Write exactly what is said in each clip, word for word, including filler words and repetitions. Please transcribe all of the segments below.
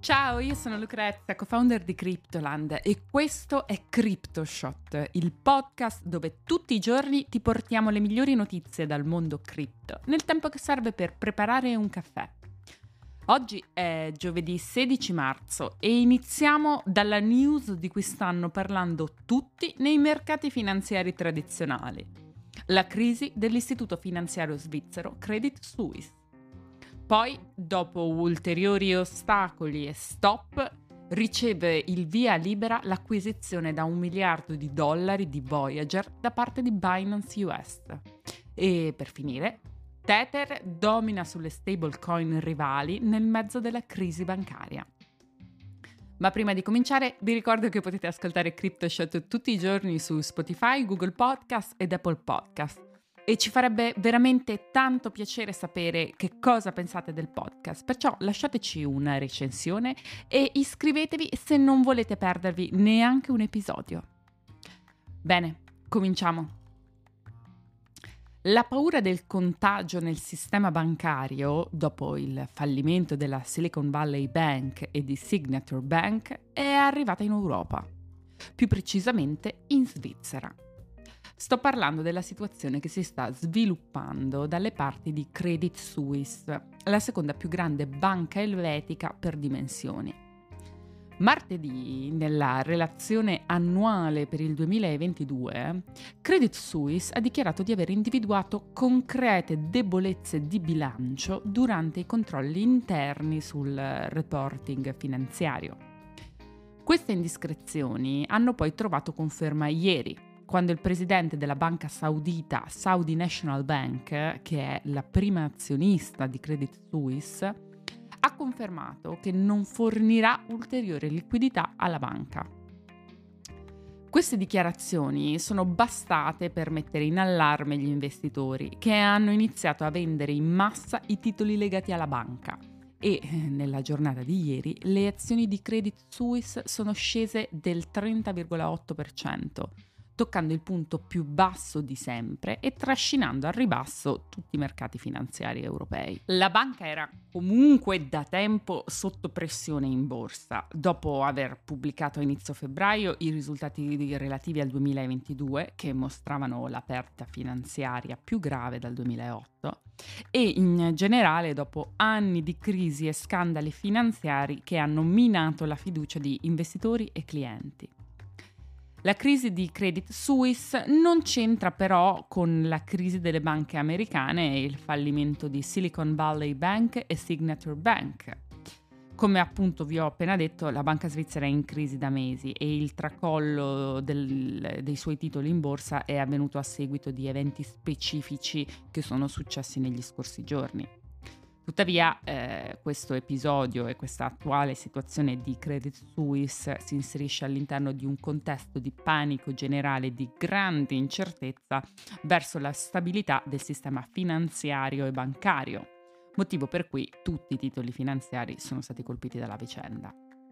Ciao, io sono Lucrezia, co-founder di Cryptoland e questo è CryptoShot, il podcast dove tutti i giorni ti portiamo le migliori notizie dal mondo cripto, nel tempo che serve per preparare un caffè. Oggi è giovedì sedici marzo e iniziamo dalla news di cui stanno parlando tutti nei mercati finanziari tradizionali: la crisi dell'istituto finanziario svizzero Credit Suisse. Poi, dopo ulteriori ostacoli e stop, riceve il via libera l'acquisizione da un miliardo di dollari di Voyager da parte di Binance U S. E per finire, Tether domina sulle stablecoin rivali nel mezzo della crisi bancaria. Ma prima di cominciare vi ricordo che potete ascoltare CryptoShot tutti i giorni su Spotify, Google Podcast ed Apple Podcast. E ci farebbe veramente tanto piacere sapere che cosa pensate del podcast, perciò lasciateci una recensione e iscrivetevi se non volete perdervi neanche un episodio. Bene, cominciamo. La paura del contagio nel sistema bancario, dopo il fallimento della Silicon Valley Bank e di Signature Bank, è arrivata in Europa, più precisamente in Svizzera. Sto parlando della situazione che si sta sviluppando dalle parti di Credit Suisse, la seconda più grande banca elvetica per dimensioni. Martedì, nella relazione annuale per il duemilaventidue, Credit Suisse ha dichiarato di aver individuato concrete debolezze di bilancio durante i controlli interni sul reporting finanziario. Queste indiscrezioni hanno poi trovato conferma ieri, quando il presidente della banca saudita Saudi National Bank, che è la prima azionista di Credit Suisse, ha confermato che non fornirà ulteriore liquidità alla banca. Queste dichiarazioni sono bastate per mettere in allarme gli investitori, che hanno iniziato a vendere in massa i titoli legati alla banca. E nella giornata di ieri le azioni di Credit Suisse sono scese del trenta virgola otto per cento, toccando il punto più basso di sempre e trascinando al ribasso tutti i mercati finanziari europei. La banca era comunque da tempo sotto pressione in borsa, dopo aver pubblicato a inizio febbraio i risultati relativi al duemilaventidue, che mostravano la perdita finanziaria più grave dal duemilaotto, e in generale dopo anni di crisi e scandali finanziari che hanno minato la fiducia di investitori e clienti. La crisi di Credit Suisse non c'entra però con la crisi delle banche americane e il fallimento di Silicon Valley Bank e Signature Bank. Come appunto vi ho appena detto, la banca svizzera è in crisi da mesi e il tracollo del, dei suoi titoli in borsa è avvenuto a seguito di eventi specifici che sono successi negli scorsi giorni. Tuttavia, eh, questo episodio e questa attuale situazione di Credit Suisse si inserisce all'interno di un contesto di panico generale e di grande incertezza verso la stabilità del sistema finanziario e bancario, motivo per cui tutti i titoli finanziari sono stati colpiti dalla vicenda.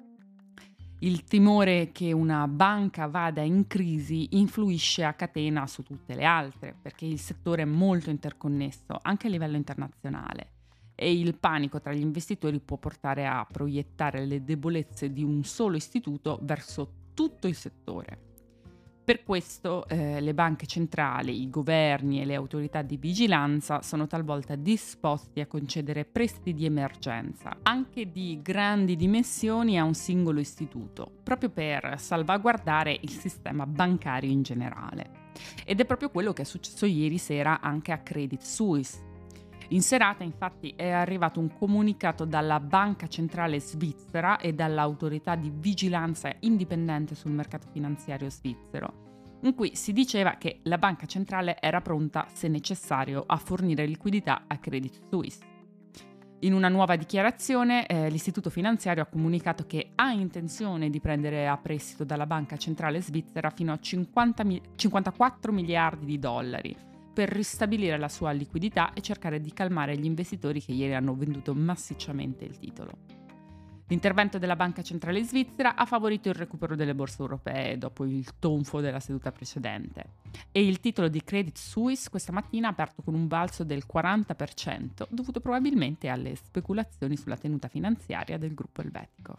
Il timore che una banca vada in crisi influisce a catena su tutte le altre, perché il settore è molto interconnesso anche a livello internazionale. E il panico tra gli investitori può portare a proiettare le debolezze di un solo istituto verso tutto il settore. Per questo eh, le banche centrali, i governi e le autorità di vigilanza sono talvolta disposti a concedere prestiti di emergenza, anche di grandi dimensioni, a un singolo istituto, proprio per salvaguardare il sistema bancario in generale. Ed è proprio quello che è successo ieri sera anche a Credit Suisse. In serata, infatti, è arrivato un comunicato dalla Banca Centrale Svizzera e dall'autorità di vigilanza indipendente sul mercato finanziario svizzero, in cui si diceva che la Banca Centrale era pronta, se necessario, a fornire liquidità a Credit Suisse. In una nuova dichiarazione, eh, l'istituto finanziario ha comunicato che ha intenzione di prendere a prestito dalla Banca Centrale Svizzera fino a cinquanta, cinquantaquattro miliardi di dollari, per ristabilire la sua liquidità e cercare di calmare gli investitori che ieri hanno venduto massicciamente il titolo. L'intervento della Banca Centrale Svizzera ha favorito il recupero delle borse europee dopo il tonfo della seduta precedente e il titolo di Credit Suisse questa mattina ha aperto con un balzo del quaranta per cento dovuto probabilmente alle speculazioni sulla tenuta finanziaria del gruppo elvetico.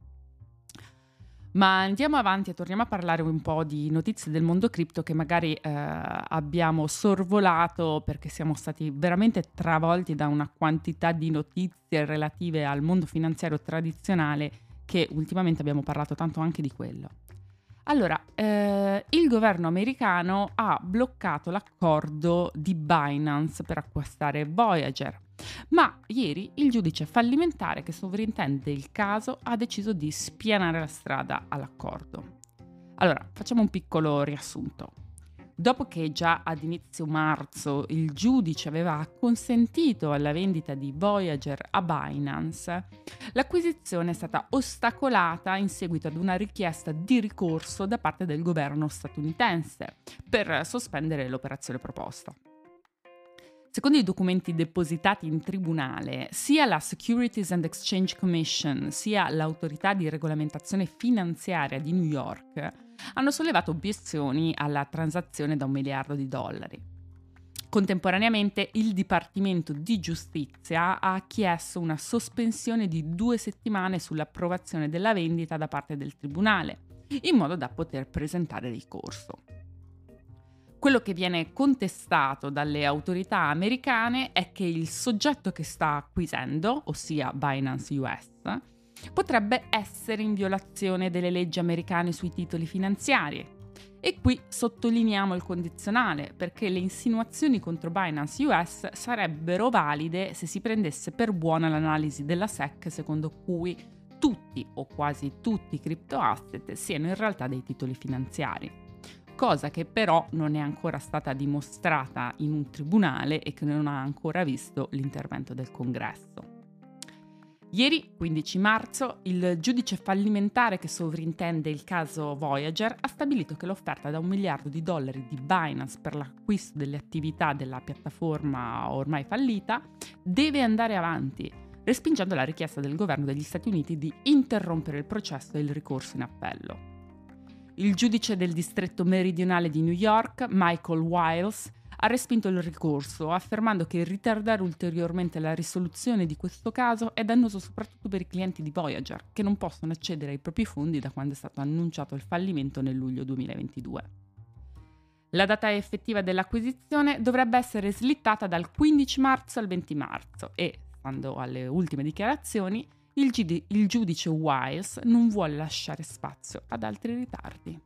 Ma andiamo avanti e torniamo a parlare un po' di notizie del mondo cripto che magari eh, abbiamo sorvolato perché siamo stati veramente travolti da una quantità di notizie relative al mondo finanziario tradizionale che ultimamente abbiamo parlato tanto anche di quello. Allora, eh, il governo americano ha bloccato l'accordo di Binance per acquistare Voyager. Ma ieri il giudice fallimentare che sovrintende il caso ha deciso di spianare la strada all'accordo. Allora, facciamo un piccolo riassunto. Dopo che già ad inizio marzo il giudice aveva consentito alla vendita di Voyager a Binance, l'acquisizione è stata ostacolata in seguito ad una richiesta di ricorso da parte del governo statunitense per sospendere l'operazione proposta. Secondo i documenti depositati in tribunale, sia la Securities and Exchange Commission sia l'autorità di regolamentazione finanziaria di New York hanno sollevato obiezioni alla transazione da un miliardo di dollari. Contemporaneamente, il Dipartimento di Giustizia ha chiesto una sospensione di due settimane sull'approvazione della vendita da parte del tribunale, in modo da poter presentare ricorso. Quello che viene contestato dalle autorità americane è che il soggetto che sta acquisendo, ossia Binance U S, potrebbe essere in violazione delle leggi americane sui titoli finanziari. E qui sottolineiamo il condizionale, perché le insinuazioni contro Binance U S sarebbero valide se si prendesse per buona l'analisi della S E C secondo cui tutti o quasi tutti i crypto asset siano in realtà dei titoli finanziari. Cosa che però non è ancora stata dimostrata in un tribunale e che non ha ancora visto l'intervento del Congresso. Ieri, quindici marzo, il giudice fallimentare che sovrintende il caso Voyager ha stabilito che l'offerta da un miliardo di dollari di Binance per l'acquisto delle attività della piattaforma ormai fallita deve andare avanti, respingendo la richiesta del governo degli Stati Uniti di interrompere il processo e il ricorso in appello. Il giudice del distretto meridionale di New York, Michael Wiles, ha respinto il ricorso, affermando che ritardare ulteriormente la risoluzione di questo caso è dannoso soprattutto per i clienti di Voyager, che non possono accedere ai propri fondi da quando è stato annunciato il fallimento nel luglio duemilaventidue. La data effettiva dell'acquisizione dovrebbe essere slittata dal quindici marzo al venti marzo e, stando alle ultime dichiarazioni, Il, gidi- il giudice Wiles non vuole lasciare spazio ad altri ritardi.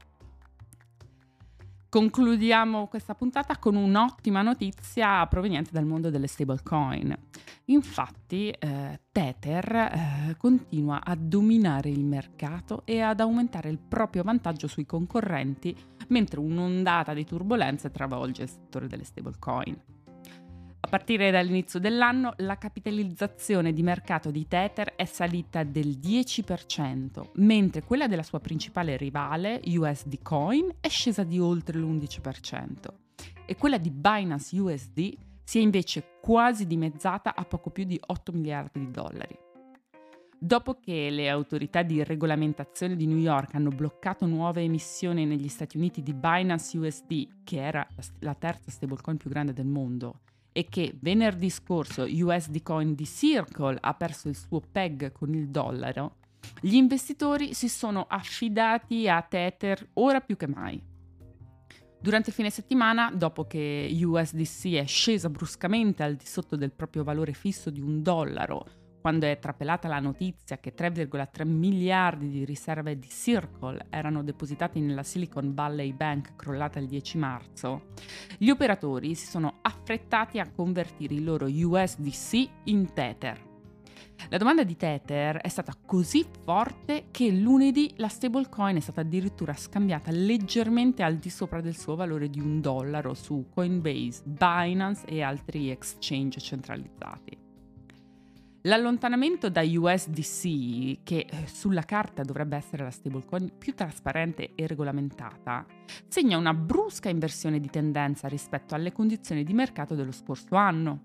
Concludiamo questa puntata con un'ottima notizia proveniente dal mondo delle stablecoin. Infatti, eh, Tether eh, continua a dominare il mercato e ad aumentare il proprio vantaggio sui concorrenti, mentre un'ondata di turbolenze travolge il settore delle stablecoin. A partire dall'inizio dell'anno, la capitalizzazione di mercato di Tether è salita del dieci per cento, mentre quella della sua principale rivale, U S D Coin, è scesa di oltre l'undici per cento. E quella di Binance U S D si è invece quasi dimezzata a poco più di otto miliardi di dollari. Dopo che le autorità di regolamentazione di New York hanno bloccato nuove emissioni negli Stati Uniti di Binance U S D, che era la terza stablecoin più grande del mondo, e che venerdì scorso U S D Coin di Circle ha perso il suo peg con il dollaro, gli investitori si sono affidati a Tether ora più che mai. Durante il fine settimana, dopo che U S D C è scesa bruscamente al di sotto del proprio valore fisso di un dollaro, quando è trapelata la notizia che tre virgola tre miliardi di riserve di Circle erano depositati nella Silicon Valley Bank crollata il dieci marzo, gli operatori si sono affrettati a convertire i loro U S D C in Tether. La domanda di Tether è stata così forte che lunedì la stablecoin è stata addirittura scambiata leggermente al di sopra del suo valore di un dollaro su Coinbase, Binance e altri exchange centralizzati. L'allontanamento da U S D C, che sulla carta dovrebbe essere la stablecoin più trasparente e regolamentata, segna una brusca inversione di tendenza rispetto alle condizioni di mercato dello scorso anno,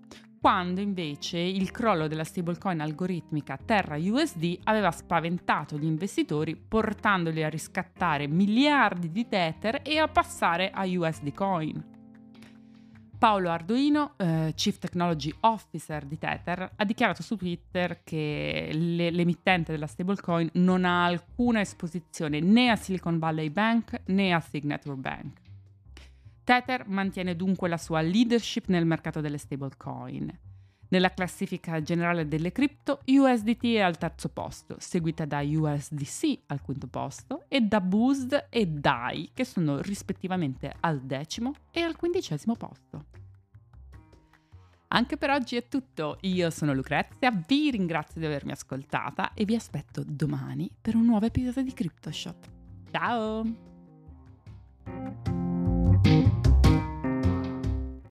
quando invece il crollo della stablecoin algoritmica Terra U S D aveva spaventato gli investitori, portandoli a riscattare miliardi di Tether e a passare a U S D Coin. Paolo Ardoino, eh, Chief Technology Officer di Tether, ha dichiarato su Twitter che le, l'emittente della stablecoin non ha alcuna esposizione né a Silicon Valley Bank né a Signature Bank. Tether mantiene dunque la sua leadership nel mercato delle stablecoin. Nella classifica generale delle cripto, U S D T è al terzo posto, seguita da U S D C al quinto posto e da B U S D e D A I, che sono rispettivamente al decimo e al quindicesimo posto. Anche per oggi è tutto, io sono Lucrezia, vi ringrazio di avermi ascoltata e vi aspetto domani per un nuovo episodio di CryptoShot. Ciao!